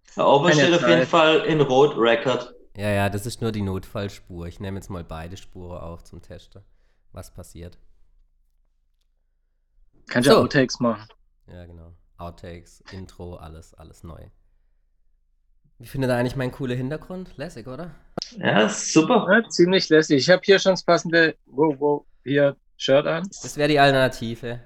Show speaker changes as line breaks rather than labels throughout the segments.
Da oben
Keine
steht auf jeden
Zeit.
Fall in Rot Record.
Ja, ja, das ist nur die Notfallspur. Ich nehme jetzt mal beide Spuren auf zum Testen, was passiert.
Kannst ja
So,
Outtakes machen.
ja genau. Outtakes, Intro, alles neu. Wie findet ihr eigentlich meinen coolen Hintergrund? Lässig, oder?
Ja, super.
Ja, ziemlich lässig. Ich habe hier schon das passende hier Shirt an.
Das wäre die Alternative.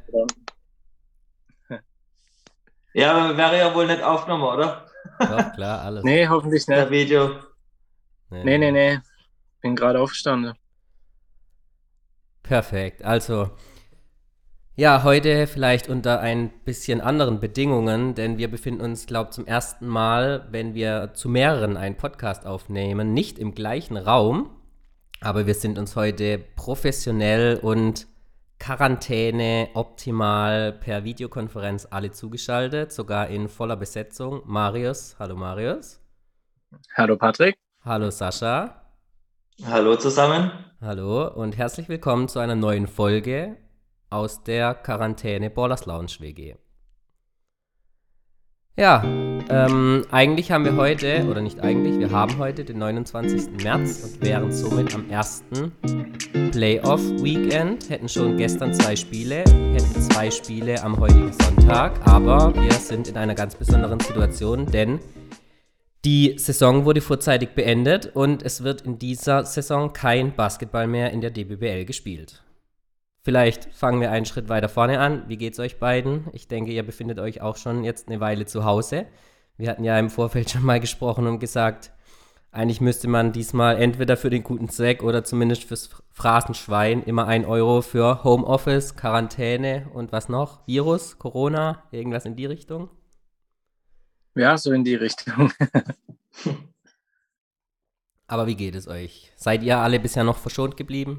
Ja, wäre ja wohl nicht aufgenommen, oder?
Doch, klar, alles.
Nee, hoffentlich
Der
nicht.
Video.
Nee,
Nee, nee,
nee.
nee. Bin gerade aufgestanden.
Perfekt. Also, ja, heute vielleicht unter ein bisschen anderen Bedingungen, denn wir befinden uns, glaube ich, zum ersten Mal, wenn wir zu mehreren einen Podcast aufnehmen, nicht im gleichen Raum, aber wir sind uns heute professionell und Quarantäne optimal per Videokonferenz alle zugeschaltet, sogar in voller Besetzung. Marius, hallo Marius.
Hallo Patrick.
Hallo Sascha.
Hallo zusammen.
Hallo und herzlich willkommen zu einer neuen Folge aus der Quarantäne Ballers Lounge WG. Ja, eigentlich haben wir heute, oder nicht eigentlich, wir haben heute den 29. März und wären somit am ersten Playoff-Weekend, hätten schon gestern 2 Spiele, hätten 2 Spiele am heutigen Sonntag, aber wir sind in einer ganz besonderen Situation, denn die Saison wurde vorzeitig beendet und es wird in dieser Saison kein Basketball mehr in der DBBL gespielt. Vielleicht fangen wir einen Schritt weiter vorne an. Wie geht's euch beiden? Ich denke, ihr befindet euch auch schon jetzt eine Weile zu Hause. Wir hatten ja im Vorfeld schon mal gesprochen und gesagt, eigentlich müsste man diesmal entweder für den guten Zweck oder zumindest fürs Phrasenschwein immer 1 Euro für Homeoffice, Quarantäne und was noch? Virus, Corona, irgendwas in die Richtung?
Ja, so in die Richtung.
Aber wie geht es euch? Seid ihr alle bisher noch verschont geblieben?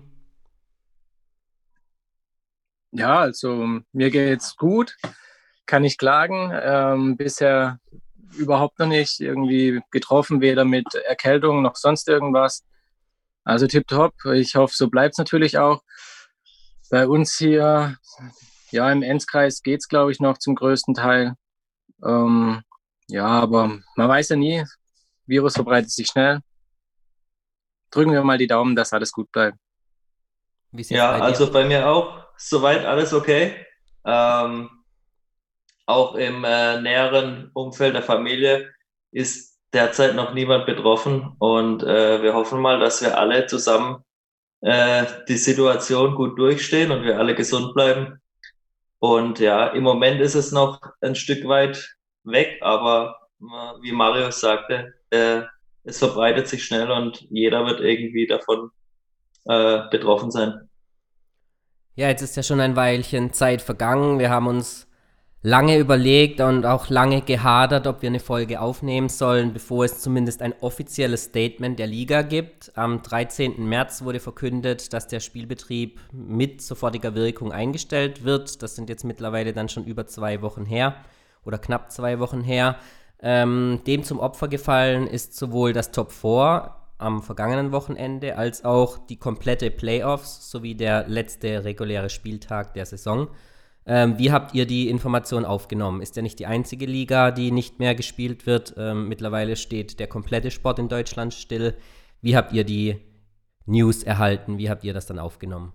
Ja, also mir geht's gut. Kann ich klagen. Bisher überhaupt noch nicht irgendwie getroffen, weder mit Erkältung noch sonst irgendwas. Also tipptopp. Ich hoffe, so bleibt es natürlich auch. Bei uns hier, ja, im Enzkreis geht's, glaube ich, noch zum größten Teil. Ähm, ja, aber man weiß ja nie. Virus verbreitet sich schnell. Drücken wir mal die Daumen, dass alles gut bleibt.
Wie sieht's
Ja,
bei dir
also
aus?
bei mir auch soweit alles okay. Ähm, Auch im näheren Umfeld der Familie ist derzeit noch niemand betroffen und wir hoffen mal, dass wir alle zusammen die Situation gut durchstehen und wir alle gesund bleiben. Und ja, im Moment ist es noch ein Stück weit weg, aber wie Marius sagte, es verbreitet sich schnell und jeder wird irgendwie davon betroffen sein.
Ja, jetzt ist ja schon ein Weilchen Zeit vergangen. Wir haben uns lange überlegt und auch lange gehadert, ob wir eine Folge aufnehmen sollen, bevor es zumindest ein offizielles Statement der Liga gibt. Am 13. März wurde verkündet, dass der Spielbetrieb mit sofortiger Wirkung eingestellt wird. Das sind jetzt mittlerweile dann schon über 2 Wochen her oder knapp 2 Wochen her. Dem zum Opfer gefallen ist sowohl das Top 4 am vergangenen Wochenende als auch die komplette Playoffs sowie der letzte reguläre Spieltag der Saison. Wie habt ihr die Information aufgenommen? Ist ja nicht die einzige Liga, die nicht mehr gespielt wird. Mittlerweile steht der komplette Sport in Deutschland still. Wie habt ihr die News erhalten? Wie habt ihr das dann aufgenommen?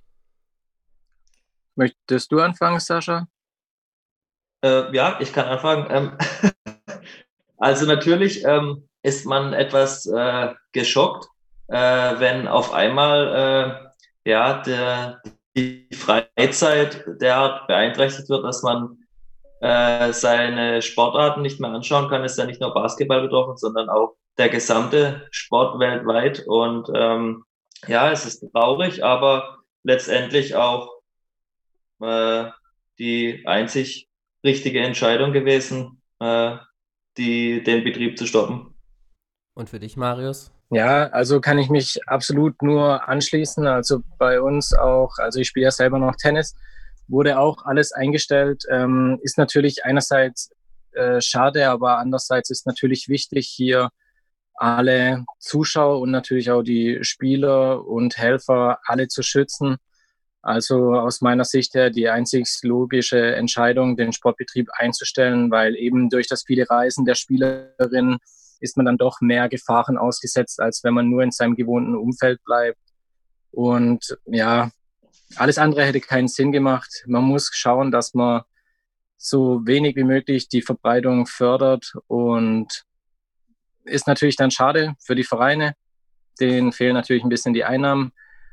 Möchtest du anfangen, Sascha?
Ja, ich kann anfangen. Also natürlich ist man etwas geschockt, wenn auf einmal ja die Freizeit derart beeinträchtigt wird, dass man seine Sportarten nicht mehr anschauen kann. Ist ja nicht nur Basketball betroffen, sondern auch der gesamte Sport weltweit. Und ja, es ist traurig, aber letztendlich auch äh, die einzig richtige Entscheidung gewesen, den Betrieb zu stoppen.
Und für dich, Marius?
Ja, also kann ich mich absolut nur anschließen. Also bei uns auch, also ich spiele ja selber noch Tennis, wurde auch alles eingestellt. Ist natürlich einerseits schade, aber andererseits ist natürlich wichtig, hier alle Zuschauer und natürlich auch die Spieler und Helfer alle zu schützen. Also aus meiner Sicht her die einzig logische Entscheidung, den Sportbetrieb einzustellen, weil eben durch das viele Reisen der Spielerin ist man dann doch mehr Gefahren ausgesetzt, als wenn man nur in seinem gewohnten Umfeld bleibt. Und ja, alles andere hätte keinen Sinn gemacht. Man muss schauen, dass man so wenig wie möglich die Verbreitung fördert, und ist natürlich dann schade für die Vereine. Denen fehlen natürlich ein bisschen die Einnahmen,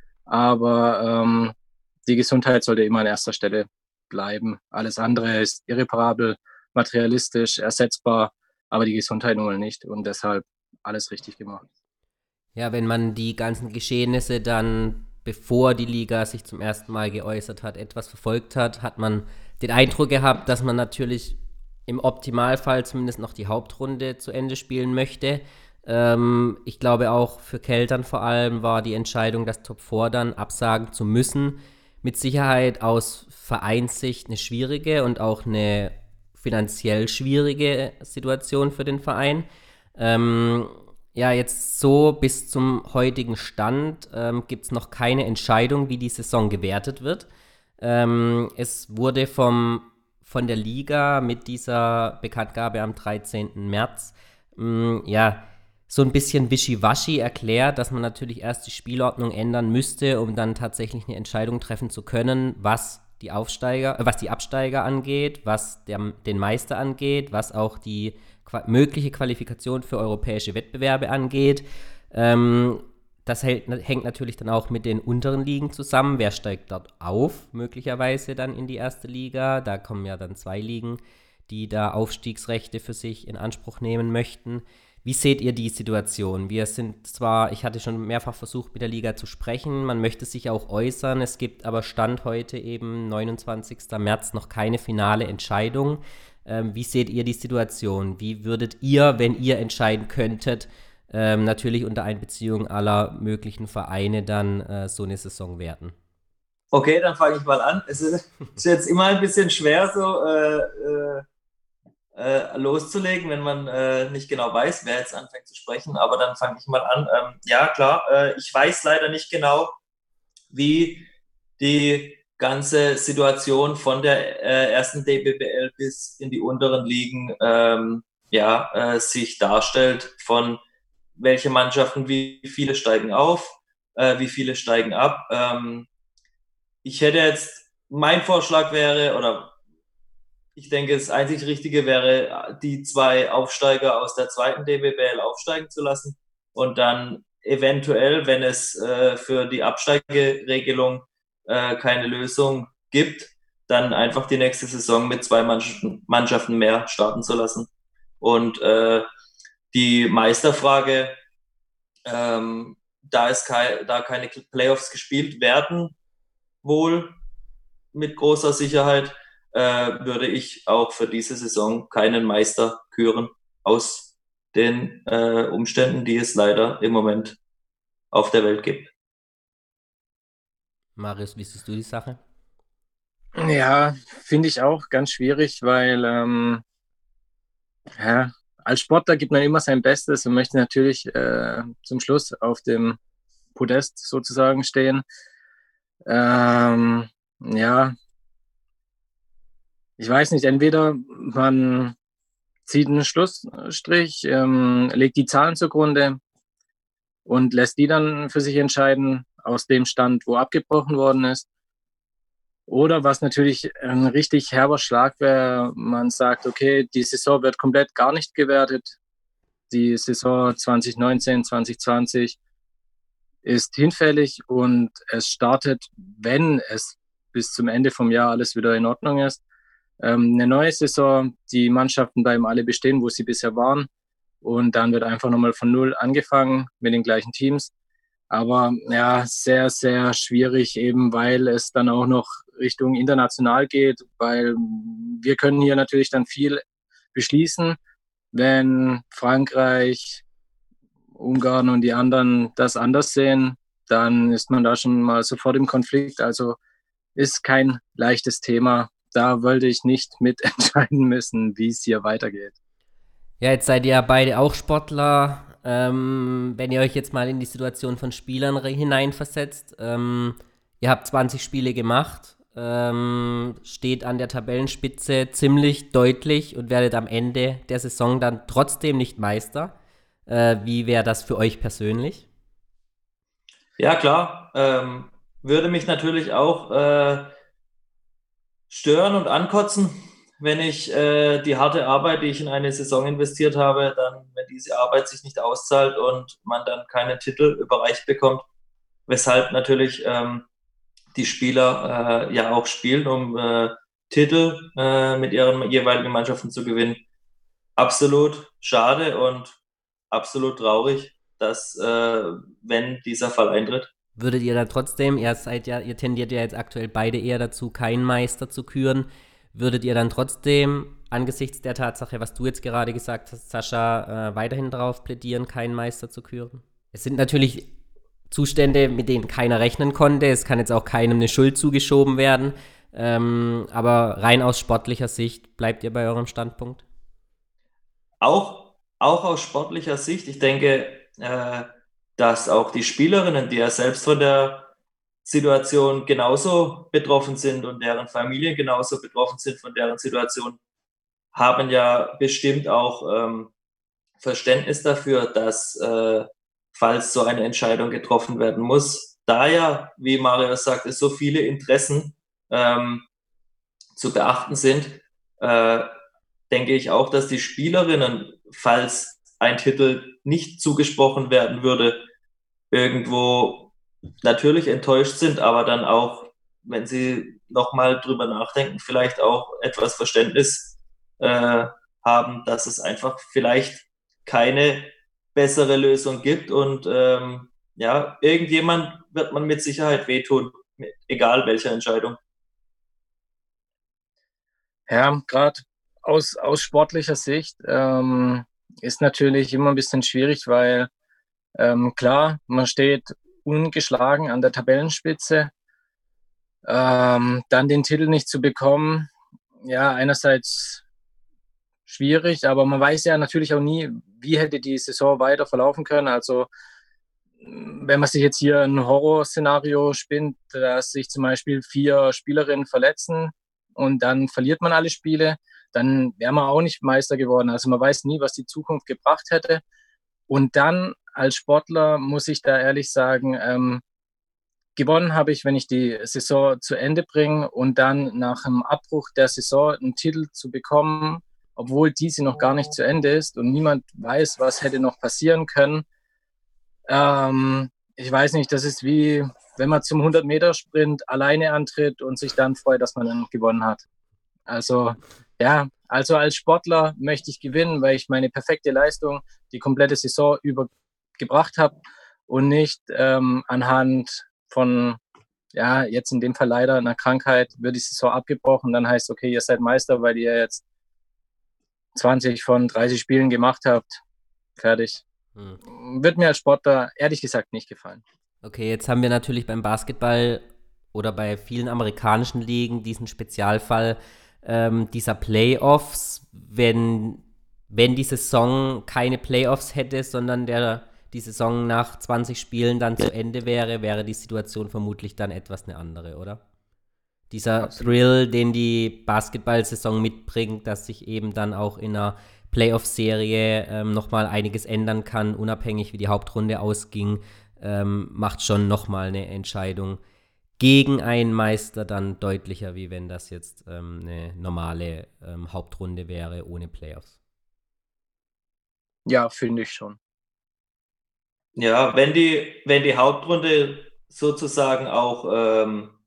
aber die Gesundheit sollte immer an erster Stelle bleiben. Alles andere ist irreparabel, materialistisch, ersetzbar, aber die Gesundheit nun mal nicht, und deshalb alles richtig gemacht.
Ja, wenn man die ganzen Geschehnisse dann, bevor die Liga sich zum ersten Mal geäußert hat, etwas verfolgt hat, hat man den Eindruck gehabt, dass man natürlich im Optimalfall zumindest noch die Hauptrunde zu Ende spielen möchte. Ich glaube auch für Keltern vor allem war die Entscheidung, das Top 4 dann absagen zu müssen, mit Sicherheit aus Vereinssicht eine schwierige und auch eine finanziell schwierige Situation für den Verein. Ja, jetzt so bis zum heutigen Stand gibt es noch keine Entscheidung, wie die Saison gewertet wird. Es wurde von der Liga mit dieser Bekanntgabe am 13. März ja, so ein bisschen wischiwaschi erklärt, dass man natürlich erst die Spielordnung ändern müsste, um dann tatsächlich eine Entscheidung treffen zu können, was die Absteiger angeht, was den Meister angeht, was auch die mögliche Qualifikation für europäische Wettbewerbe angeht. Das hängt natürlich dann auch mit den unteren Ligen zusammen. Wer steigt dort auf, möglicherweise dann in die erste Liga? Da kommen ja dann 2 Ligen, die da Aufstiegsrechte für sich in Anspruch nehmen möchten. Wie seht ihr die Situation? Ich hatte schon mehrfach versucht, mit der Liga zu sprechen. Man möchte sich auch äußern. Es gibt aber Stand heute eben 29. März noch keine finale Entscheidung. Wie seht ihr die Situation? Wie würdet ihr, wenn ihr entscheiden könntet, natürlich unter Einbeziehung aller möglichen Vereine dann so eine Saison werten?
Okay, dann fange ich mal an. Es ist jetzt immer ein bisschen schwer, so loszulegen, wenn man nicht genau weiß, wer jetzt anfängt zu sprechen. Aber dann fange ich mal an. Ja, klar, ich weiß leider nicht genau, wie die ganze Situation von der ersten DBBL bis in die unteren Ligen sich darstellt, von welche Mannschaften, wie viele steigen auf, wie viele steigen ab. Mein Vorschlag wäre, oder ich denke, das einzig Richtige wäre, die 2 Aufsteiger aus der zweiten DBBL aufsteigen zu lassen und dann eventuell, wenn es für die Absteigeregelung keine Lösung gibt, dann einfach die nächste Saison mit 2 Mannschaften mehr starten zu lassen. Und die Meisterfrage, da keine Playoffs gespielt werden, wohl mit großer Sicherheit, würde ich auch für diese Saison keinen Meister küren, aus den Umständen, die es leider im Moment auf der Welt gibt.
Marius, wie siehst du die Sache?
Ja, finde ich auch ganz schwierig, weil als Sportler gibt man immer sein Bestes und möchte natürlich zum Schluss auf dem Podest sozusagen stehen. Ja, ich weiß nicht, entweder man zieht einen Schlussstrich, legt die Zahlen zugrunde und lässt die dann für sich entscheiden aus dem Stand, wo abgebrochen worden ist. Oder was natürlich ein richtig herber Schlag wäre, man sagt, okay, die Saison wird komplett gar nicht gewertet. Die Saison 2019, 2020 ist hinfällig und es startet, wenn es bis zum Ende vom Jahr alles wieder in Ordnung ist, eine neue Saison. Die Mannschaften bleiben alle bestehen, wo sie bisher waren. Und dann wird einfach nochmal von Null angefangen mit den gleichen Teams. Aber ja, sehr, sehr schwierig, eben weil es dann auch noch Richtung international geht, weil wir können hier natürlich dann viel beschließen, wenn Frankreich, Ungarn und die anderen das anders sehen, dann ist man da schon mal sofort im Konflikt. Also ist kein leichtes Thema. Da wollte ich nicht mitentscheiden müssen, wie es hier weitergeht.
Ja, jetzt seid ihr ja beide auch Sportler. Wenn ihr euch jetzt mal in die Situation von Spielern hineinversetzt, Ihr habt 20 Spiele gemacht, steht an der Tabellenspitze ziemlich deutlich und werdet am Ende der Saison dann trotzdem nicht Meister. Wie wäre das für euch persönlich?
Ja, klar. Würde mich natürlich auch stören und ankotzen, wenn ich die harte Arbeit, die ich in eine Saison investiert habe, dann, wenn diese Arbeit sich nicht auszahlt und man dann keinen Titel überreicht bekommt, weshalb natürlich die Spieler ja auch spielen, um Titel mit ihren jeweiligen Mannschaften zu gewinnen. Absolut schade und absolut traurig, dass wenn dieser Fall eintritt.
Würdet ihr dann trotzdem, ihr tendiert ja jetzt aktuell beide eher dazu, keinen Meister zu küren, würdet ihr dann trotzdem angesichts der Tatsache, was du jetzt gerade gesagt hast, Sascha, weiterhin darauf plädieren, keinen Meister zu küren? Es sind natürlich Zustände, mit denen keiner rechnen konnte. Es kann jetzt auch keinem eine Schuld zugeschoben werden. Aber rein aus sportlicher Sicht bleibt ihr bei eurem Standpunkt?
Auch aus sportlicher Sicht, ich denke, dass auch die Spielerinnen, die ja selbst von der Situation genauso betroffen sind und deren Familien genauso betroffen sind von deren Situation, haben ja bestimmt auch Verständnis dafür, dass falls so eine Entscheidung getroffen werden muss, da ja, wie Marius sagt, es so viele Interessen zu beachten sind, denke ich auch, dass die Spielerinnen, falls ein Titel nicht zugesprochen werden würde, irgendwo natürlich enttäuscht sind, aber dann auch, wenn sie nochmal drüber nachdenken, vielleicht auch etwas Verständnis haben, dass es einfach vielleicht keine bessere Lösung gibt und ja, irgendjemand wird man mit Sicherheit wehtun, egal welche Entscheidung.
Ja, gerade aus sportlicher Sicht ist natürlich immer ein bisschen schwierig, weil klar, man steht ungeschlagen an der Tabellenspitze. Dann den Titel nicht zu bekommen, ja, einerseits schwierig, aber man weiß ja natürlich auch nie, wie hätte die Saison weiter verlaufen können. Also wenn man sich jetzt hier ein Horrorszenario spinnt, dass sich zum Beispiel 4 Spielerinnen verletzen und dann verliert man alle Spiele, dann wäre man auch nicht Meister geworden. Also man weiß nie, was die Zukunft gebracht hätte. Und dann als Sportler muss ich da ehrlich sagen, gewonnen habe ich, wenn ich die Saison zu Ende bringe und dann nach dem Abbruch der Saison einen Titel zu bekommen, obwohl diese noch gar nicht zu Ende ist und niemand weiß, was hätte noch passieren können. Ich weiß nicht, das ist wie, wenn man zum 100-Meter-Sprint alleine antritt und sich dann freut, dass man dann gewonnen hat. Also ja, also als Sportler möchte ich gewinnen, weil ich meine perfekte Leistung die komplette Saison über gebracht habe und nicht anhand von, ja, jetzt in dem Fall leider einer Krankheit wird die Saison abgebrochen. Dann heißt, okay, ihr seid Meister, weil ihr jetzt 20 von 30 Spielen gemacht habt. Fertig. Wird mir als Sportler ehrlich gesagt nicht gefallen.
Okay, jetzt haben wir natürlich beim Basketball oder bei vielen amerikanischen Ligen diesen Spezialfall dieser Playoffs, wenn die Saison keine Playoffs hätte, sondern die Saison nach 20 Spielen dann zu Ende wäre die Situation vermutlich dann etwas eine andere, oder? Dieser Absolut. Thrill, den die Basketball-Saison mitbringt, dass sich eben dann auch in einer Playoff-Serie nochmal einiges ändern kann, unabhängig wie die Hauptrunde ausging, macht schon nochmal eine Entscheidung gegen einen Meister dann deutlicher, wie wenn das jetzt eine normale Hauptrunde wäre ohne Playoffs.
Ja, finde ich schon.
Ja, wenn die Hauptrunde sozusagen auch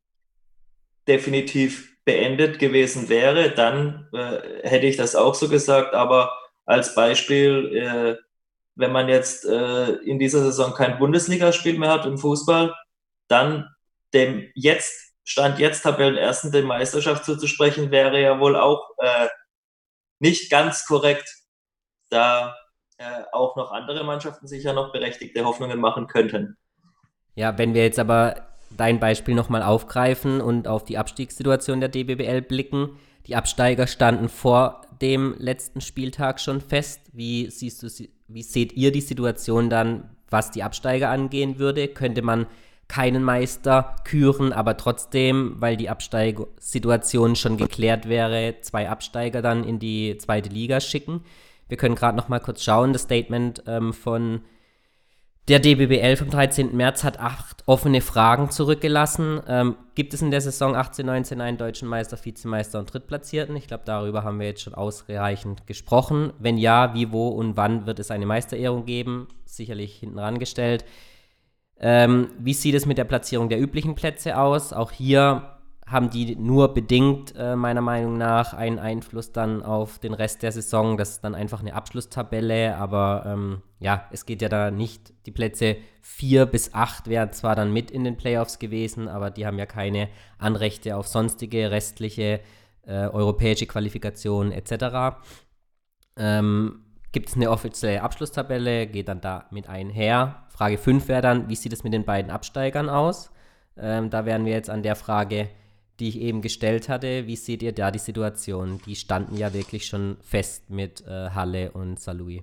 definitiv beendet gewesen wäre, dann hätte ich das auch so gesagt. Aber als Beispiel, wenn man jetzt in dieser Saison kein Bundesligaspiel mehr hat im Fußball, dann dem Stand jetzt Tabellenersten der Meisterschaft zuzusprechen, wäre ja wohl auch nicht ganz korrekt, da auch noch andere Mannschaften sicher noch berechtigte Hoffnungen machen könnten.
Ja, wenn wir jetzt aber dein Beispiel nochmal aufgreifen und auf die Abstiegssituation der DBBL blicken, die Absteiger standen vor dem letzten Spieltag schon fest. Wie seht ihr die Situation dann, was die Absteiger angehen würde? Könnte man keinen Meister küren, aber trotzdem, weil die Absteigsituation schon geklärt wäre, 2 Absteiger dann in die zweite Liga schicken. Wir können gerade noch mal kurz schauen. Das Statement von der DBBL vom 13. März hat 8 offene Fragen zurückgelassen. Gibt es in der Saison 18/19 einen deutschen Meister, Vizemeister und Drittplatzierten? Ich glaube, darüber haben wir jetzt schon ausreichend gesprochen. Wenn ja, wie, wo und wann wird es eine Meisterehrung geben? Sicherlich hinten rangestellt. Wie sieht es mit der Platzierung der üblichen Plätze aus? Auch hier haben die nur bedingt, meiner Meinung nach, einen Einfluss dann auf den Rest der Saison. Das ist dann einfach eine Abschlusstabelle, aber es geht ja da nicht. Die Plätze 4 bis 8 wären zwar dann mit in den Playoffs gewesen, aber die haben ja keine Anrechte auf sonstige restliche europäische Qualifikationen etc. Gibt es eine offizielle Abschlusstabelle, geht dann da mit einher. Frage 5 wäre dann, wie sieht es mit den beiden Absteigern aus? Da wären wir jetzt an der Frage, die ich eben gestellt hatte. Wie seht ihr da die Situation? Die standen ja wirklich schon fest mit Halle und Saarlouis.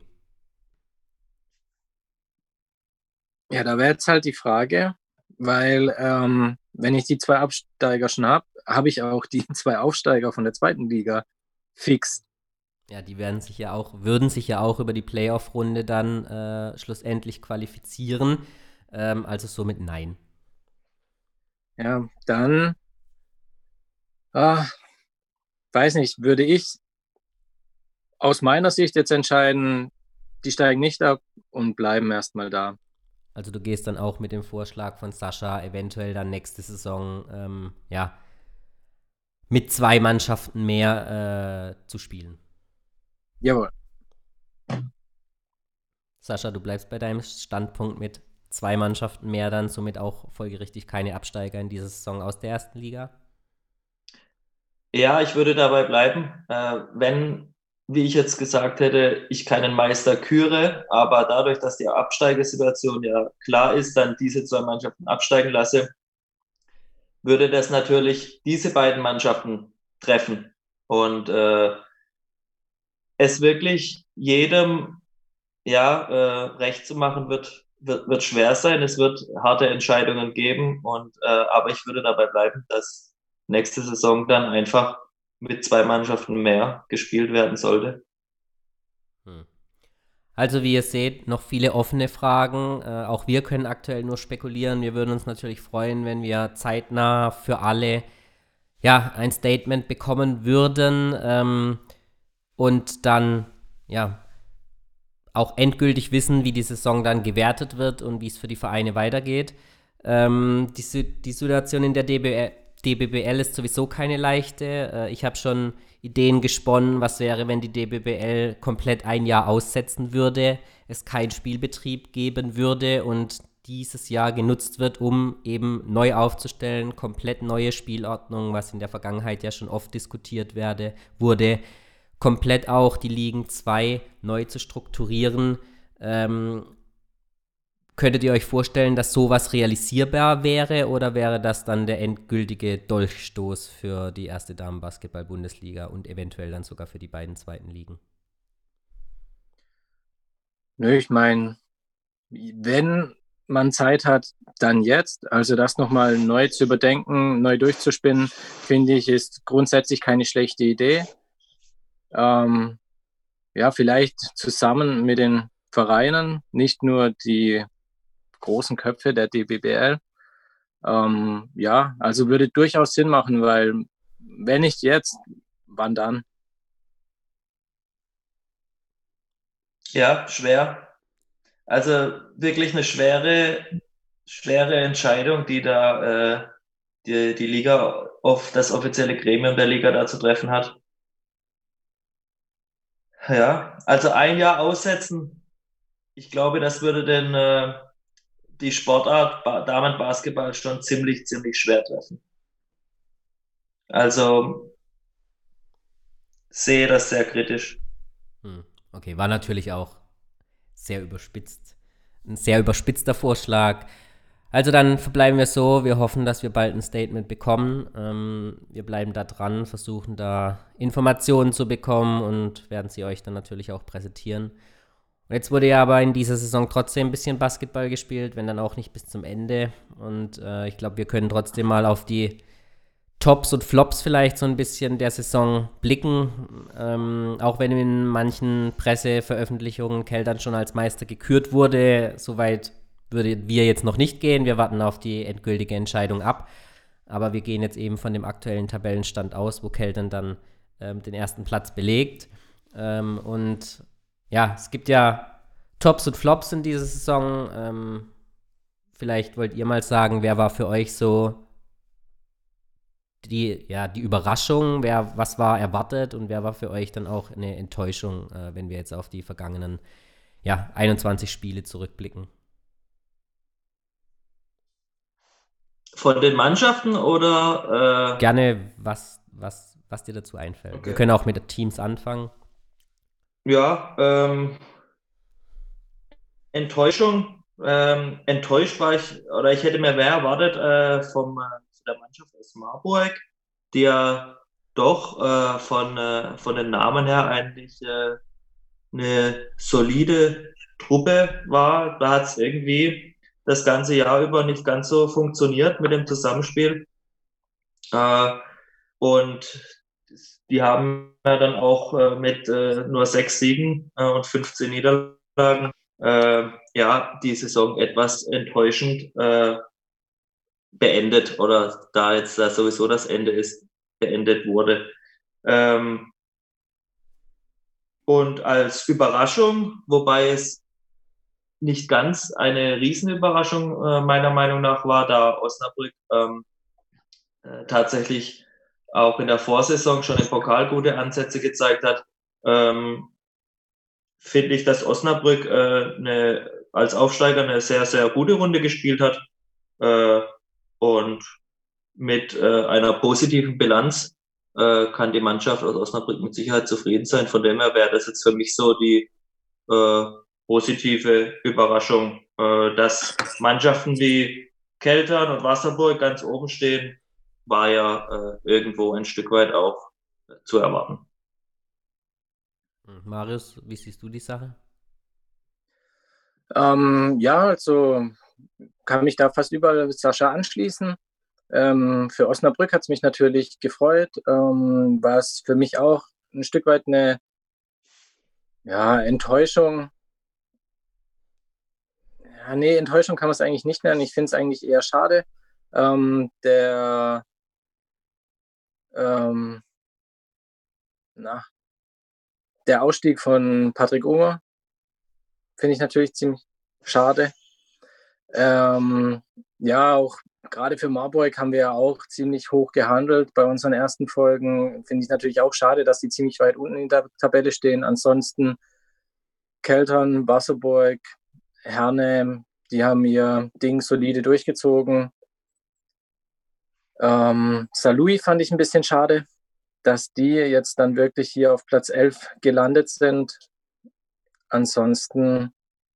Ja, da wäre jetzt halt die Frage, weil wenn ich die 2 Absteiger schon habe, habe ich auch die 2 Aufsteiger von der zweiten Liga fix.
Ja, die würden sich ja auch über die Playoff-Runde dann schlussendlich qualifizieren. Also somit nein.
Ja, dann, weiß nicht, würde ich aus meiner Sicht jetzt entscheiden, die steigen nicht ab und bleiben erstmal da.
Also du gehst dann auch mit dem Vorschlag von Sascha, eventuell dann nächste Saison, mit 2 Mannschaften mehr zu spielen.
Jawohl.
Sascha, du bleibst bei deinem Standpunkt mit 2 Mannschaften mehr dann, somit auch folgerichtig keine Absteiger in dieser Saison aus der ersten Liga?
Ja, ich würde dabei bleiben, wenn, wie ich jetzt gesagt hätte, ich keinen Meister küre, aber dadurch, dass die Absteigesituation ja klar ist, dann diese 2 Mannschaften absteigen lasse, würde das natürlich diese beiden Mannschaften treffen und es wirklich jedem recht zu machen wird schwer sein. Es wird harte Entscheidungen geben aber ich würde dabei bleiben, dass nächste Saison dann einfach mit 2 Mannschaften mehr gespielt werden sollte.
Also wie ihr seht, noch viele offene Fragen. Auch wir können aktuell nur spekulieren. Wir würden uns natürlich freuen, wenn wir zeitnah für alle ein Statement bekommen würden und dann auch endgültig wissen, wie die Saison dann gewertet wird und wie es für die Vereine weitergeht. Die Situation in der DBBL ist sowieso keine leichte. Ich habe schon Ideen gesponnen, was wäre, wenn die DBBL komplett ein Jahr aussetzen würde, es keinen Spielbetrieb geben würde und dieses Jahr genutzt wird, um eben neu aufzustellen, komplett neue Spielordnung, was in der Vergangenheit ja schon oft diskutiert wurde, komplett auch die Ligen 2 neu zu strukturieren. Könntet ihr euch vorstellen, dass sowas realisierbar wäre oder wäre das dann der endgültige Dolchstoß für die erste Damenbasketball-Bundesliga und eventuell dann sogar für die beiden zweiten Ligen?
Nö, ich meine, wenn man Zeit hat, dann jetzt. Also das nochmal neu zu überdenken, neu durchzuspinnen, finde ich, ist grundsätzlich keine schlechte Idee. Vielleicht zusammen mit den Vereinen, nicht nur die großen Köpfe der DBBL. Also würde durchaus Sinn machen, weil wenn nicht jetzt, wann dann?
Ja, schwer. Also wirklich eine schwere Entscheidung, die da die Liga auf das offizielle Gremium der Liga da zu treffen hat. Ja, also ein Jahr aussetzen, ich glaube, das würde die Sportart Damenbasketball schon ziemlich schwer treffen. Also sehe das sehr kritisch.
Okay, war natürlich auch sehr überspitzt. Ein sehr überspitzter Vorschlag. Also dann verbleiben wir so. Wir hoffen, dass wir bald ein Statement bekommen. Wir bleiben da dran, versuchen da Informationen zu bekommen und werden sie euch dann natürlich auch präsentieren. Und jetzt wurde ja aber in dieser Saison trotzdem ein bisschen Basketball gespielt, wenn dann auch nicht bis zum Ende. Und ich glaube, wir können trotzdem mal auf die Tops und Flops vielleicht so ein bisschen der Saison blicken. Auch wenn in manchen Presseveröffentlichungen Keltern schon als Meister gekürt wurde, soweit würden wir jetzt noch nicht gehen. Wir warten auf die endgültige Entscheidung ab. Aber wir gehen jetzt eben von dem aktuellen Tabellenstand aus, wo Keltern dann den ersten Platz belegt. Und ja, es gibt ja Tops und Flops in dieser Saison. Vielleicht wollt ihr mal sagen, wer war für euch so die Überraschung, was war erwartet und wer war für euch dann auch eine Enttäuschung, wenn wir jetzt auf die vergangenen 21 Spiele zurückblicken?
Von den Mannschaften oder?
Gerne, was dir dazu einfällt. Okay. Wir können auch mit den Teams anfangen.
Ja, Enttäuschung. Enttäuscht war ich, oder ich hätte mir mehr erwartet von der Mannschaft aus Marburg, die ja doch von den Namen her eigentlich eine solide Truppe war. Da hat es irgendwie das ganze Jahr über nicht ganz so funktioniert mit dem Zusammenspiel. Und die haben ja dann auch mit nur 6 Siegen und 15 Niederlagen die Saison etwas enttäuschend beendet, oder da jetzt sowieso das Ende ist, beendet wurde. Und als Überraschung, wobei es nicht ganz eine Riesenüberraschung meiner Meinung nach war, da Osnabrück tatsächlich auch in der Vorsaison schon im Pokal gute Ansätze gezeigt hat, finde ich, dass Osnabrück als Aufsteiger eine sehr, sehr gute Runde gespielt hat und mit einer positiven Bilanz kann die Mannschaft aus Osnabrück mit Sicherheit zufrieden sein. Von dem her wäre das jetzt für mich so die positive Überraschung, dass Mannschaften wie Keltern und Wasserburg ganz oben stehen, war ja irgendwo ein Stück weit auch zu erwarten.
Marius, wie siehst du die Sache?
Also kann mich da fast überall Sascha anschließen. Für Osnabrück hat es mich natürlich gefreut, was für mich auch ein Stück weit eine Enttäuschung. Ja, nee, Enttäuschung kann man es eigentlich nicht nennen. Ich finde es eigentlich eher schade. Der Ausstieg von Patrick Unger finde ich natürlich ziemlich schade. Auch gerade für Marburg haben wir ja auch ziemlich hoch gehandelt bei unseren ersten Folgen. Finde ich natürlich auch schade, dass die ziemlich weit unten in der Tabelle stehen. Ansonsten Keltern, Wasserburg, Herne, die haben ihr Ding solide durchgezogen. Saarlouis fand ich ein bisschen schade, dass die jetzt dann wirklich hier auf Platz 11 gelandet sind. Ansonsten,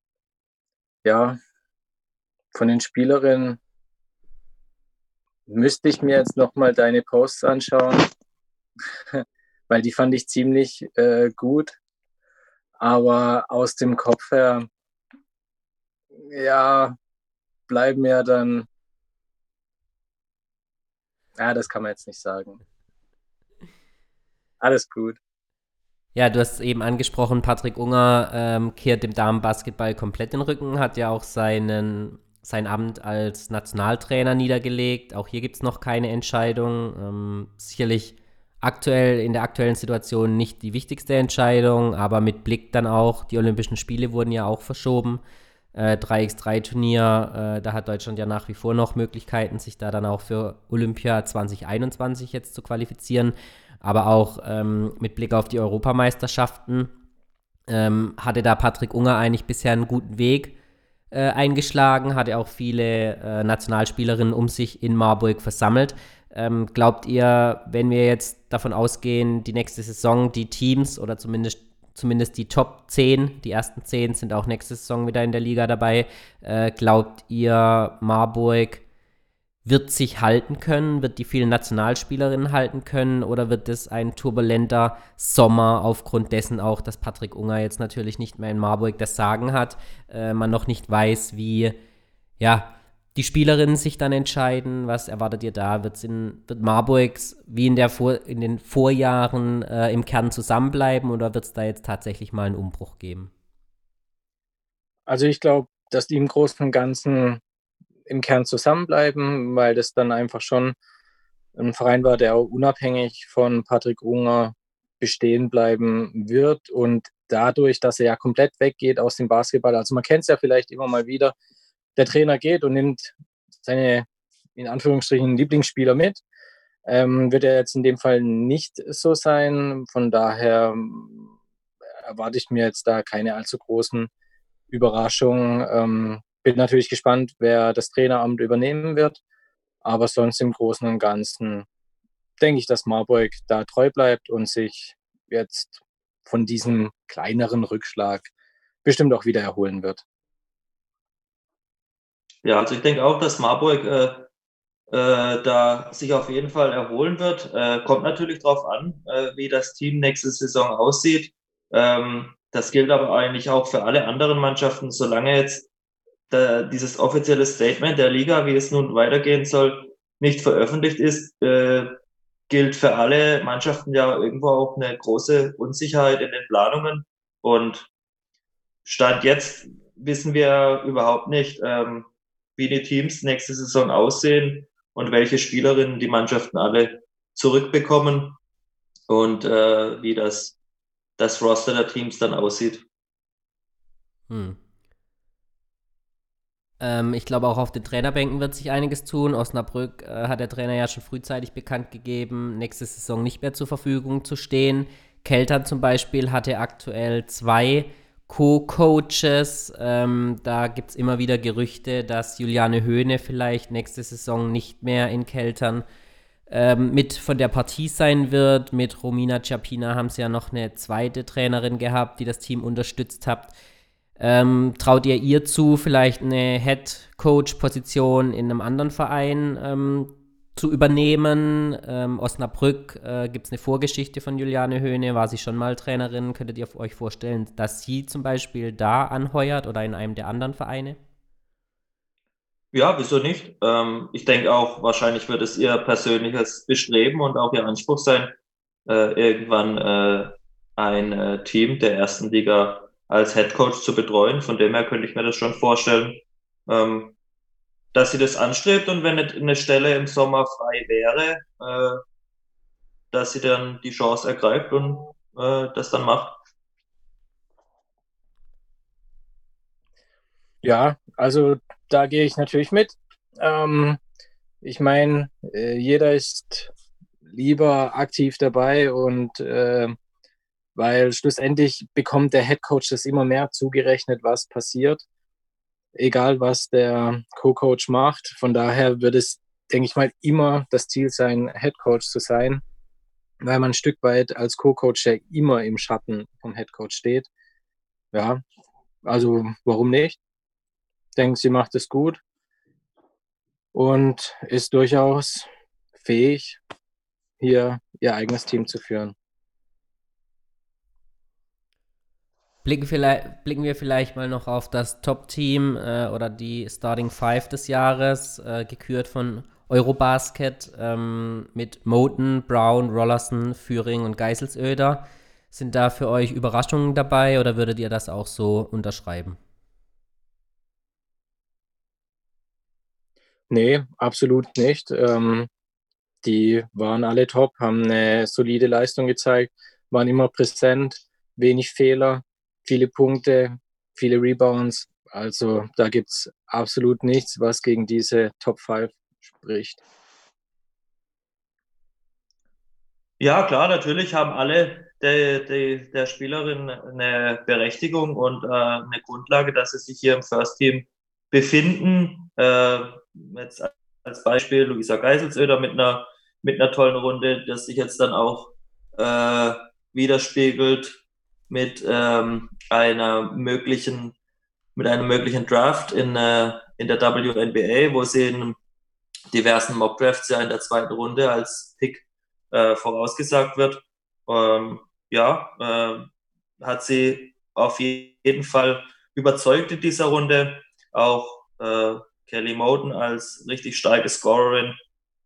von den Spielerinnen müsste ich mir jetzt nochmal deine Posts anschauen, weil die fand ich ziemlich gut. Aber aus dem Kopf her, bleiben mir dann, das kann man jetzt nicht sagen. Alles gut.
Ja, du hast eben angesprochen, Patrick Unger kehrt dem Damenbasketball komplett den Rücken, hat ja auch sein Amt als Nationaltrainer niedergelegt. Auch hier gibt es noch keine Entscheidung. Sicherlich in der aktuellen Situation nicht die wichtigste Entscheidung, aber mit Blick dann auch, die Olympischen Spiele wurden ja auch verschoben. 3x3-Turnier, da hat Deutschland ja nach wie vor noch Möglichkeiten, sich da dann auch für Olympia 2021 jetzt zu qualifizieren. Aber auch mit Blick auf die Europameisterschaften hatte da Patrick Unger eigentlich bisher einen guten Weg eingeschlagen, hatte auch viele Nationalspielerinnen um sich in Marburg versammelt. Glaubt ihr, wenn wir jetzt davon ausgehen, die nächste Saison, die Teams oder zumindest die Top 10, die ersten 10 sind auch nächste Saison wieder in der Liga dabei, glaubt ihr, Marburg wird sich halten können, wird die vielen Nationalspielerinnen halten können oder wird es ein turbulenter Sommer aufgrund dessen auch, dass Patrick Unger jetzt natürlich nicht mehr in Marburg das Sagen hat, man noch nicht weiß, wie die Spielerinnen sich dann entscheiden. Was erwartet ihr da? Wird Marburg wie in den Vorjahren im Kern zusammenbleiben oder wird es da jetzt tatsächlich mal einen Umbruch geben?
Also ich glaube, dass die im Großen und Ganzen im Kern zusammenbleiben, weil das dann einfach schon ein Verein war, der auch unabhängig von Patrick Unger bestehen bleiben wird. Und dadurch, dass er ja komplett weggeht aus dem Basketball, also man kennt es ja vielleicht immer mal wieder, der Trainer geht und nimmt seine, in Anführungsstrichen, Lieblingsspieler mit, wird er jetzt in dem Fall nicht so sein. Von daher erwarte ich mir jetzt da keine allzu großen Überraschungen. Bin natürlich gespannt, wer das Traineramt übernehmen wird. Aber sonst im Großen und Ganzen denke ich, dass Marburg da treu bleibt und sich jetzt von diesem kleineren Rückschlag bestimmt auch wieder erholen wird.
Ja, also ich denke auch, dass Marburg da sich auf jeden Fall erholen wird. Kommt natürlich darauf an, wie das Team nächste Saison aussieht. Das gilt aber eigentlich auch für alle anderen Mannschaften, solange jetzt dieses offizielle Statement der Liga, wie es nun weitergehen soll, nicht veröffentlicht ist, gilt für alle Mannschaften ja irgendwo auch eine große Unsicherheit in den Planungen. Und Stand jetzt wissen wir überhaupt nicht, wie die Teams nächste Saison aussehen und welche Spielerinnen die Mannschaften alle zurückbekommen und wie das Roster der Teams dann aussieht.
Ich glaube, auch auf den Trainerbänken wird sich einiges tun. Osnabrück hat der Trainer ja schon frühzeitig bekannt gegeben, nächste Saison nicht mehr zur Verfügung zu stehen. Keltern zum Beispiel hatte aktuell 2 Co-Coaches. Da gibt es immer wieder Gerüchte, dass Juliane Höhne vielleicht nächste Saison nicht mehr in Keltern mit von der Partie sein wird. Mit Romina Ciapina haben sie ja noch eine zweite Trainerin gehabt, die das Team unterstützt hat. Traut ihr zu, vielleicht eine Head-Coach-Position in einem anderen Verein zu übernehmen? Osnabrück gibt es eine Vorgeschichte von Juliane Höhne, war sie schon mal Trainerin. Könntet ihr euch vorstellen, dass sie zum Beispiel da anheuert oder in einem der anderen Vereine?
Ja, wieso nicht? Ich denke auch, wahrscheinlich wird es ihr persönliches Bestreben und auch ihr Anspruch sein, irgendwann ein Team der ersten Liga als Head Coach zu betreuen. Von dem her könnte ich mir das schon vorstellen, dass sie das anstrebt und wenn eine Stelle im Sommer frei wäre, dass sie dann die Chance ergreift und das dann macht.
Ja, also da gehe ich natürlich mit. Ich meine, jeder ist lieber aktiv dabei und weil schlussendlich bekommt der Head Coach das immer mehr zugerechnet, was passiert, egal was der Co-Coach macht. Von daher wird es, denke ich mal, immer das Ziel sein, Head Coach zu sein, weil man ein Stück weit als Co-Coach ja immer im Schatten vom Head Coach steht. Ja, also warum nicht? Ich denke, sie macht es gut und ist durchaus fähig, hier ihr eigenes Team zu führen.
Blicken wir vielleicht mal noch auf das Top-Team oder die Starting Five des Jahres, gekürt von Eurobasket mit Moten, Brown, Rollerson, Führing und Geiselsöder. Sind da für euch Überraschungen dabei oder würdet ihr das auch so unterschreiben?
Nee, absolut nicht. Die waren alle top, haben eine solide Leistung gezeigt, waren immer präsent, wenig Fehler, viele Punkte, viele Rebounds. Also da gibt es absolut nichts, was gegen diese Top 5 spricht.
Ja, klar, natürlich haben alle der Spielerin eine Berechtigung und eine Grundlage, dass sie sich hier im First Team befinden. Jetzt als Beispiel Luisa Geiselsöder mit einer tollen Runde, das sich jetzt dann auch äh, widerspiegelt mit mit einem möglichen Draft in der WNBA, wo sie diversen Mockdrafts ja in der zweiten Runde als Pick vorausgesagt wird. Hat sie auf jeden Fall überzeugt in dieser Runde. Auch Kelly Moten als richtig starke Scorerin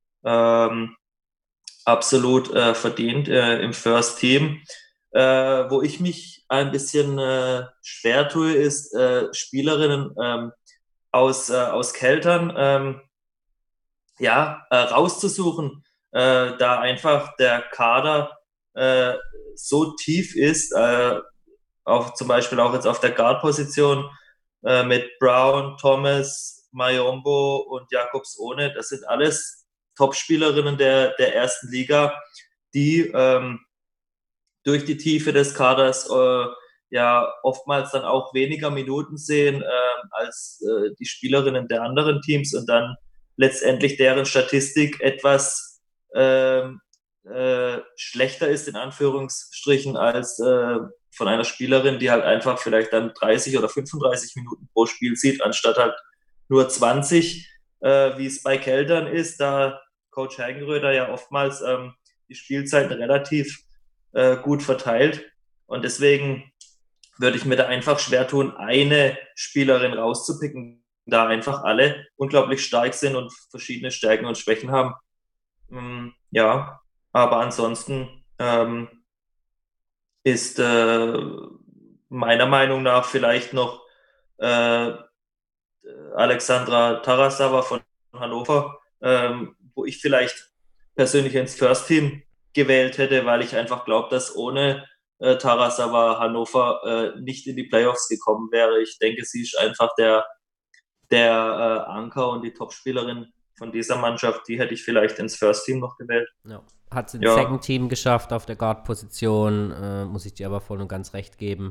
absolut verdient im First Team. Wo ich mich ein bisschen schwer tue, ist Spielerinnen aus Keltern rauszusuchen, da einfach der Kader so tief ist, auch zum Beispiel auch jetzt auf der Guard-Position mit Brown, Thomas, Mayombo und Jakobs Ohne. Das sind alles Top-Spielerinnen der ersten Liga, die durch die Tiefe des Kaders oftmals dann auch weniger Minuten sehen als die Spielerinnen der anderen Teams und dann letztendlich deren Statistik etwas schlechter ist, in Anführungsstrichen, als von einer Spielerin, die halt einfach vielleicht dann 30 oder 35 Minuten pro Spiel sieht, anstatt halt nur 20, wie es bei Keltern ist, da Coach Hagenröder ja oftmals die Spielzeiten relativ gut verteilt. Und deswegen würde ich mir da einfach schwer tun, eine Spielerin rauszupicken, da einfach alle unglaublich stark sind und verschiedene Stärken und Schwächen haben. Ja, aber ansonsten ist meiner Meinung nach vielleicht noch Alexandra Tarasova von Hannover, wo ich vielleicht persönlich ins First Team gewählt hätte, weil ich einfach glaube, dass ohne Tarasova Hannover nicht in die Playoffs gekommen wäre. Ich denke, sie ist einfach der Anker und die Topspielerin von dieser Mannschaft, die hätte ich vielleicht ins First Team noch gewählt.
Ja. Hat sie ins Second Team geschafft auf der Guard-Position, muss ich dir aber voll und ganz recht geben.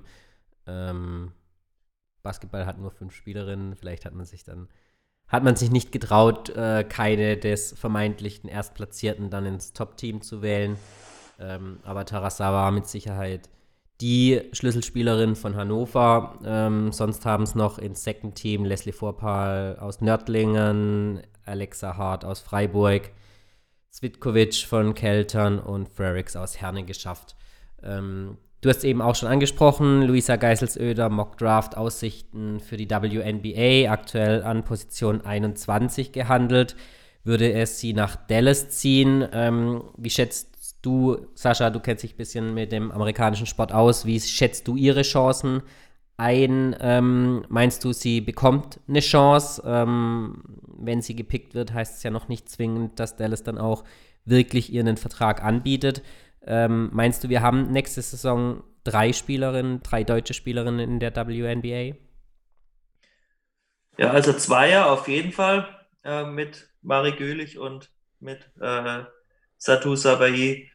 Basketball hat nur 5 Spielerinnen, vielleicht hat man sich nicht getraut, keine des vermeintlichen Erstplatzierten dann ins Top-Team zu wählen. Aber Tarasova war mit Sicherheit die Schlüsselspielerin von Hannover. Sonst haben es noch ins Second Team Leslie Vorpal aus Nördlingen, Alexa Hart aus Freiburg, Zvitkovic von Keltern und Frericks aus Herne geschafft. Du hast eben auch schon angesprochen, Luisa Geiselsöder, Mock-Draft-Aussichten für die WNBA, aktuell an Position 21 gehandelt. Würde es sie nach Dallas ziehen? Wie schätzt du, Sascha, du kennst dich ein bisschen mit dem amerikanischen Sport aus, wie schätzt du ihre Chancen ein? Meinst du, sie bekommt eine Chance? Wenn sie gepickt wird, heißt es ja noch nicht zwingend, dass Dallas dann auch wirklich ihr einen Vertrag anbietet. Meinst du, wir haben nächste Saison 3 deutsche Spielerinnen in der WNBA?
Ja, also 2 auf jeden Fall mit Mari Gülich und mit Satou Sabahi.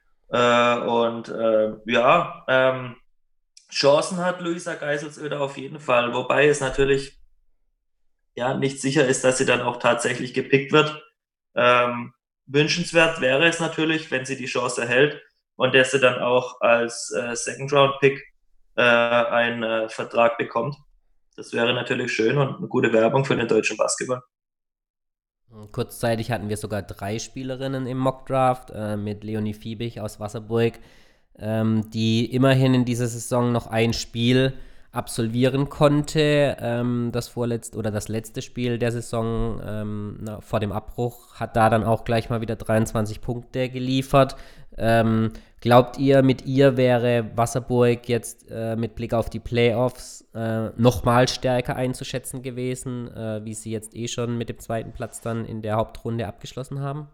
Chancen hat Luisa Geiselsöder auf jeden Fall, wobei es natürlich nicht sicher ist, dass sie dann auch tatsächlich gepickt wird. Wünschenswert wäre es natürlich, wenn sie die Chance erhält und dass sie dann auch als Second-Round-Pick einen Vertrag bekommt. Das wäre natürlich schön und eine gute Werbung für den deutschen Basketball.
Kurzzeitig hatten wir sogar 3 Spielerinnen im Mockdraft mit Leonie Fiebig aus Wasserburg, die immerhin in dieser Saison noch ein Spiel absolvieren konnte. Das letzte Spiel der Saison vor dem Abbruch hat da dann auch gleich mal wieder 23 Punkte geliefert. Glaubt ihr, mit ihr wäre Wasserburg jetzt mit Blick auf die Playoffs nochmal stärker einzuschätzen gewesen, wie sie jetzt schon mit dem 2. Platz dann in der Hauptrunde abgeschlossen haben?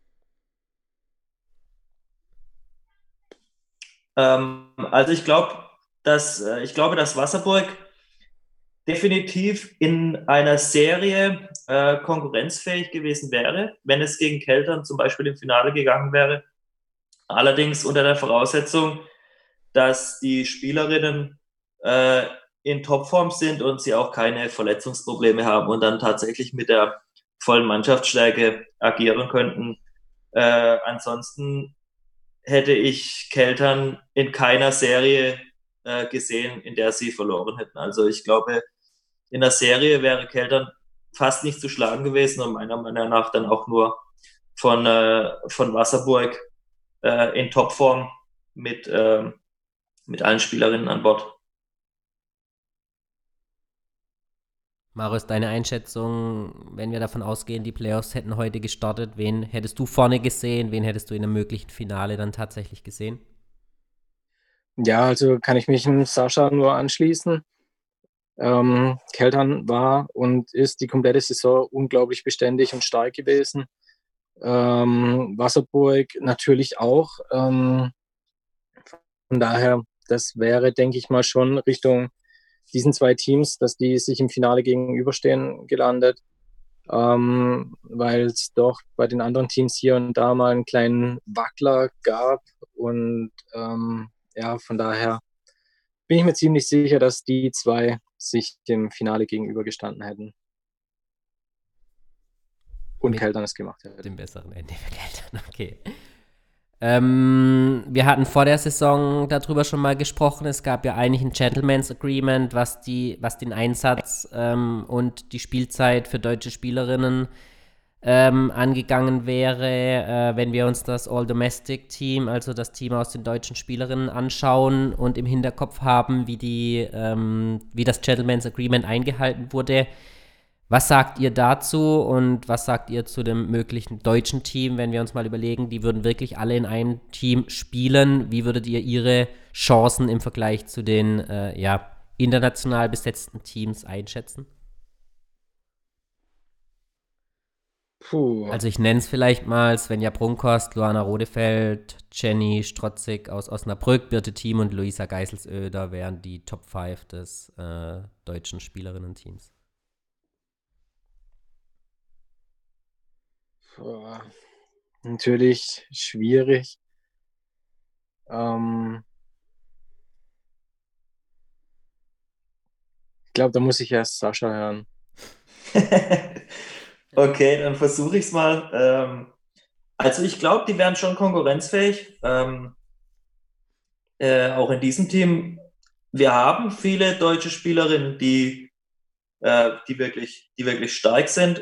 Also ich glaube, dass Wasserburg definitiv in einer Serie konkurrenzfähig gewesen wäre, wenn es gegen Keltern zum Beispiel im Finale gegangen wäre. Allerdings unter der Voraussetzung, dass die Spielerinnen in Topform sind und sie auch keine Verletzungsprobleme haben und dann tatsächlich mit der vollen Mannschaftsstärke agieren könnten. Ansonsten hätte ich Keltern in keiner Serie gesehen, in der sie verloren hätten. Also ich glaube, in der Serie wäre Keltern fast nicht zu schlagen gewesen und meiner Meinung nach dann auch nur von Wasserburg in Topform mit allen Spielerinnen an Bord.
Marius, deine Einschätzung, wenn wir davon ausgehen, die Playoffs hätten heute gestartet, wen hättest du vorne gesehen, wen hättest du in einem möglichen Finale dann tatsächlich gesehen?
Ja, also kann ich mich dem Sascha nur anschließen. Keltern war und ist die komplette Saison unglaublich beständig und stark gewesen. Wasserburg natürlich auch. Von daher, das wäre, denke ich mal, schon Richtung diesen zwei Teams, dass die sich im Finale gegenüberstehen, gelandet. Weil es doch bei den anderen Teams hier und da mal einen kleinen Wackler gab. Und ja, von daher bin ich mir ziemlich sicher, dass die zwei sich dem Finale gegenübergestanden hätten. Und Keltern es gemacht hätte.
Dem besseren Ende für Keltern, okay. Wir hatten vor der Saison darüber schon mal gesprochen. Es gab ja eigentlich ein Gentleman's Agreement, was den Einsatz und die Spielzeit für deutsche Spielerinnen angegangen wäre, wenn wir uns das All-Domestic-Team, also das Team aus den deutschen Spielerinnen anschauen und im Hinterkopf haben, wie das Gentleman's Agreement eingehalten wurde. Was sagt ihr dazu und was sagt ihr zu dem möglichen deutschen Team, wenn wir uns mal überlegen, die würden wirklich alle in einem Team spielen? Wie würdet ihr ihre Chancen im Vergleich zu den international besetzten Teams einschätzen?
Puh.
Also ich nenne es vielleicht mal Svenja Brunkhorst, Luana Rodefeld, Jenny Strotzig aus Osnabrück, Birte Thiem und Luisa Geiselsöder wären die Top 5 des deutschen Spielerinnen-Teams.
Natürlich schwierig. Ich glaube, da muss ich erst Sascha hören.
Okay, dann versuche ich es mal. Also ich glaube, die wären schon konkurrenzfähig. Auch in diesem Team. Wir haben viele deutsche Spielerinnen, die wirklich stark sind.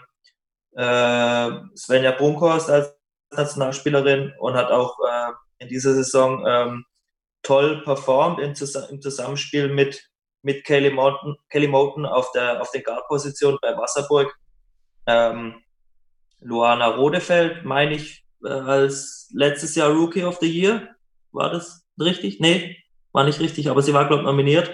Svenja Brunkhorst als Nationalspielerin und hat auch in dieser Saison toll performt im Zusammenspiel mit Kelly Moten auf den Guard-Positionen bei Wasserburg. Luana Rodefeld, meine ich, als letztes Jahr Rookie of the Year. War das richtig? Nee, war nicht richtig, aber sie war, glaube ich, nominiert.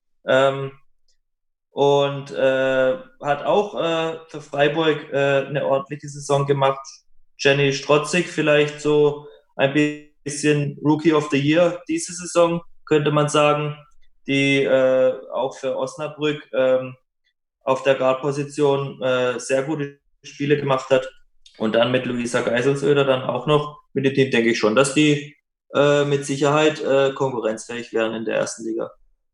Und hat auch für Freiburg eine ordentliche Saison gemacht. Jenny Strotzig vielleicht so ein bisschen Rookie of the Year diese Saison, könnte man sagen, die auch für Osnabrück auf der Guard-Position sehr gute Spiele gemacht hat. Und dann mit Luisa Geiselsöder dann auch noch mit dem Team, denke ich schon, dass die mit Sicherheit konkurrenzfähig wären in der ersten Liga.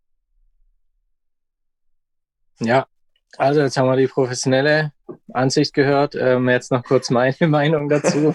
Ja, also jetzt haben wir die professionelle Ansicht gehört. Jetzt noch kurz meine Meinung dazu.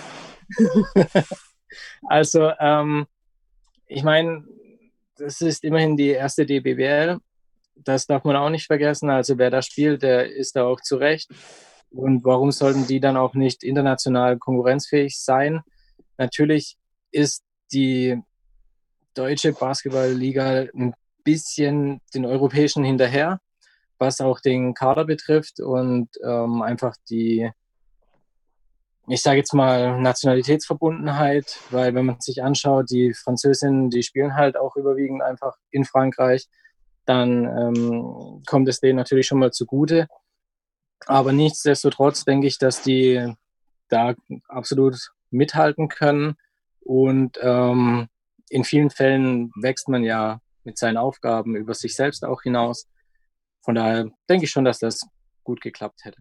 Also, ich meine, das ist immerhin die erste DBBL. Das darf man auch nicht vergessen. Also wer da spielt, der ist da auch zurecht. Und warum sollten die dann auch nicht international konkurrenzfähig sein? Natürlich ist die deutsche Basketballliga ein bisschen den europäischen hinterher, was auch den Kader betrifft und einfach die, ich sage jetzt mal, Nationalitätsverbundenheit, weil wenn man sich anschaut, die Französinnen, die spielen halt auch überwiegend einfach in Frankreich, dann kommt es denen natürlich schon mal zugute. Aber nichtsdestotrotz denke ich, dass die da absolut mithalten können. Und in vielen Fällen wächst man ja mit seinen Aufgaben über sich selbst auch hinaus. Von daher denke ich schon, dass das gut geklappt hätte.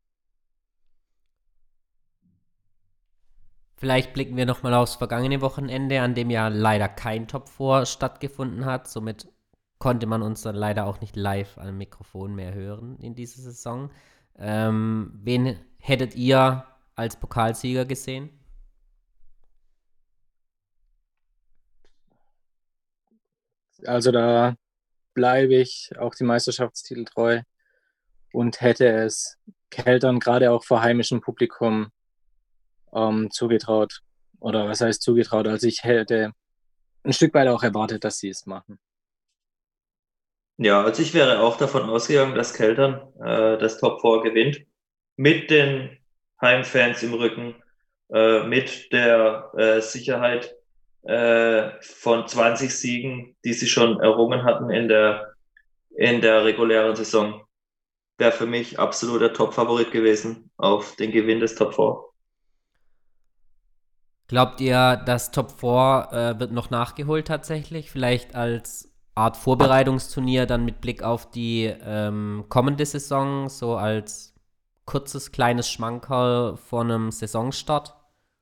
Vielleicht blicken wir nochmal aufs vergangene Wochenende, an dem ja leider kein Top 4 stattgefunden hat. Somit konnte man uns dann leider auch nicht live am Mikrofon mehr hören in dieser Saison. Wen hättet ihr als Pokalsieger gesehen?
Also da bleibe ich auch dem Meisterschaftstitel treu. und hätte es Keltern gerade auch vor heimischem Publikum zugetraut. Oder was heißt zugetraut? Also ich hätte ein Stück weit auch erwartet, dass sie es machen.
Ja, also ich wäre auch davon ausgegangen, dass Keltern das Top 4 gewinnt. Mit den Heimfans im Rücken, mit der Sicherheit von 20 Siegen, die sie schon errungen hatten in der regulären Saison. Wäre für mich absoluter Top-Favorit gewesen auf den Gewinn des Top 4.
Glaubt ihr, das Top 4 wird noch nachgeholt tatsächlich? Vielleicht als Art Vorbereitungsturnier dann mit Blick auf die kommende Saison, so als kurzes, kleines Schmankerl vor einem Saisonstart?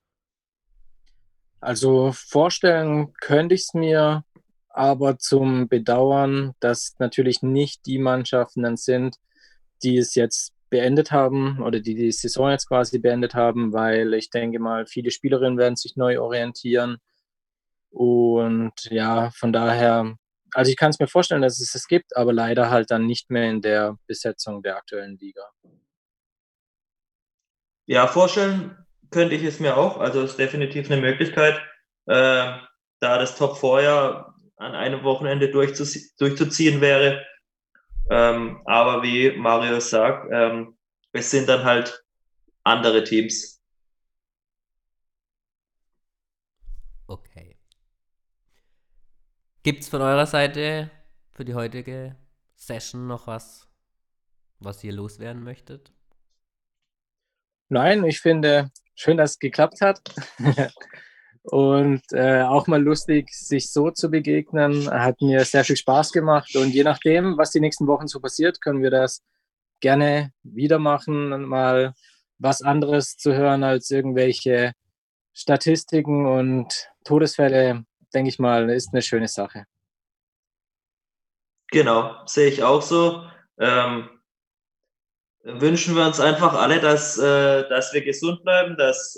Also vorstellen könnte ich es mir, aber zum Bedauern, dass natürlich nicht die Mannschaften dann sind, die es jetzt beendet haben oder die die Saison jetzt quasi beendet haben, weil ich denke mal, viele Spielerinnen werden sich neu orientieren. Und ja, von daher, also ich kann es mir vorstellen, dass es gibt, aber leider halt dann nicht mehr in der Besetzung der aktuellen Liga.
Ja, vorstellen könnte ich es mir auch. Also ist definitiv eine Möglichkeit, da das Top 4 ja an einem Wochenende durchzuziehen wäre. Aber wie Marius sagt, es sind dann halt andere Teams.
Okay. Gibt's von eurer Seite für die heutige Session noch was ihr loswerden möchtet?
Nein, ich finde schön, dass es geklappt hat. Und auch mal lustig, sich so zu begegnen, hat mir sehr viel Spaß gemacht. Und je nachdem, was die nächsten Wochen so passiert, können wir das gerne wieder machen und mal was anderes zu hören als irgendwelche Statistiken und Todesfälle, denke ich mal, ist eine schöne Sache.
Genau, sehe ich auch so. Wünschen wir uns einfach alle, dass wir gesund bleiben, dass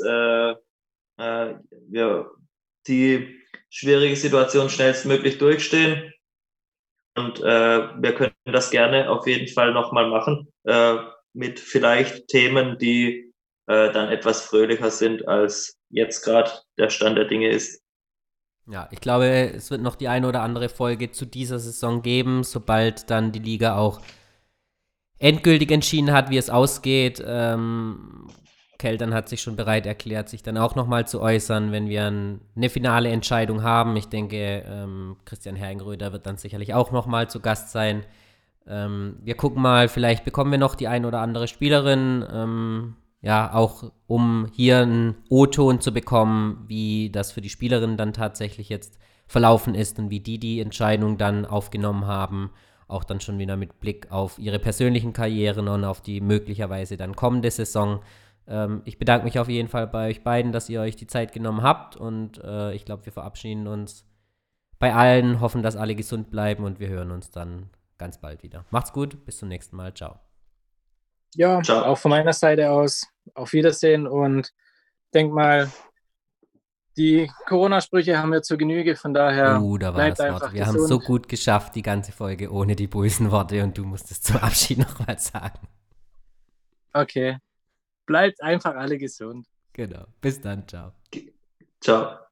wir die schwierige Situation schnellstmöglich durchstehen. Und wir können das gerne auf jeden Fall nochmal machen, mit vielleicht Themen, die dann etwas fröhlicher sind, als jetzt gerade der Stand der Dinge ist.
Ja, ich glaube, es wird noch die eine oder andere Folge zu dieser Saison geben, sobald dann die Liga auch endgültig entschieden hat, wie es ausgeht. Keltern hat sich schon bereit erklärt, sich dann auch nochmal zu äußern, wenn wir eine finale Entscheidung haben. Ich denke, Christian Herrengröder wird dann sicherlich auch nochmal zu Gast sein. Wir gucken mal, vielleicht bekommen wir noch die ein oder andere Spielerin, ja, auch um hier einen O-Ton zu bekommen, wie das für die Spielerin dann tatsächlich jetzt verlaufen ist und wie die Entscheidung dann aufgenommen haben. Auch dann schon wieder mit Blick auf ihre persönlichen Karrieren und auf die möglicherweise dann kommende Saison. Ich bedanke mich auf jeden Fall bei euch beiden, dass ihr euch die Zeit genommen habt und ich glaube, wir verabschieden uns bei allen, hoffen, dass alle gesund bleiben und wir hören uns dann ganz bald wieder. Macht's gut, bis zum nächsten Mal, ciao.
Ja,
Ciao.
auch von meiner Seite aus auf Wiedersehen und denk mal, die Corona-Sprüche haben wir zur Genüge, von daher
Da war
bleibt
das
einfach
Wort. Wir haben
gesund.
es so gut geschafft, die ganze Folge ohne die bösen Worte und du musstest zum Abschied nochmal sagen.
Okay, bleibt einfach alle gesund.
Genau. Bis dann, ciao.
Ciao.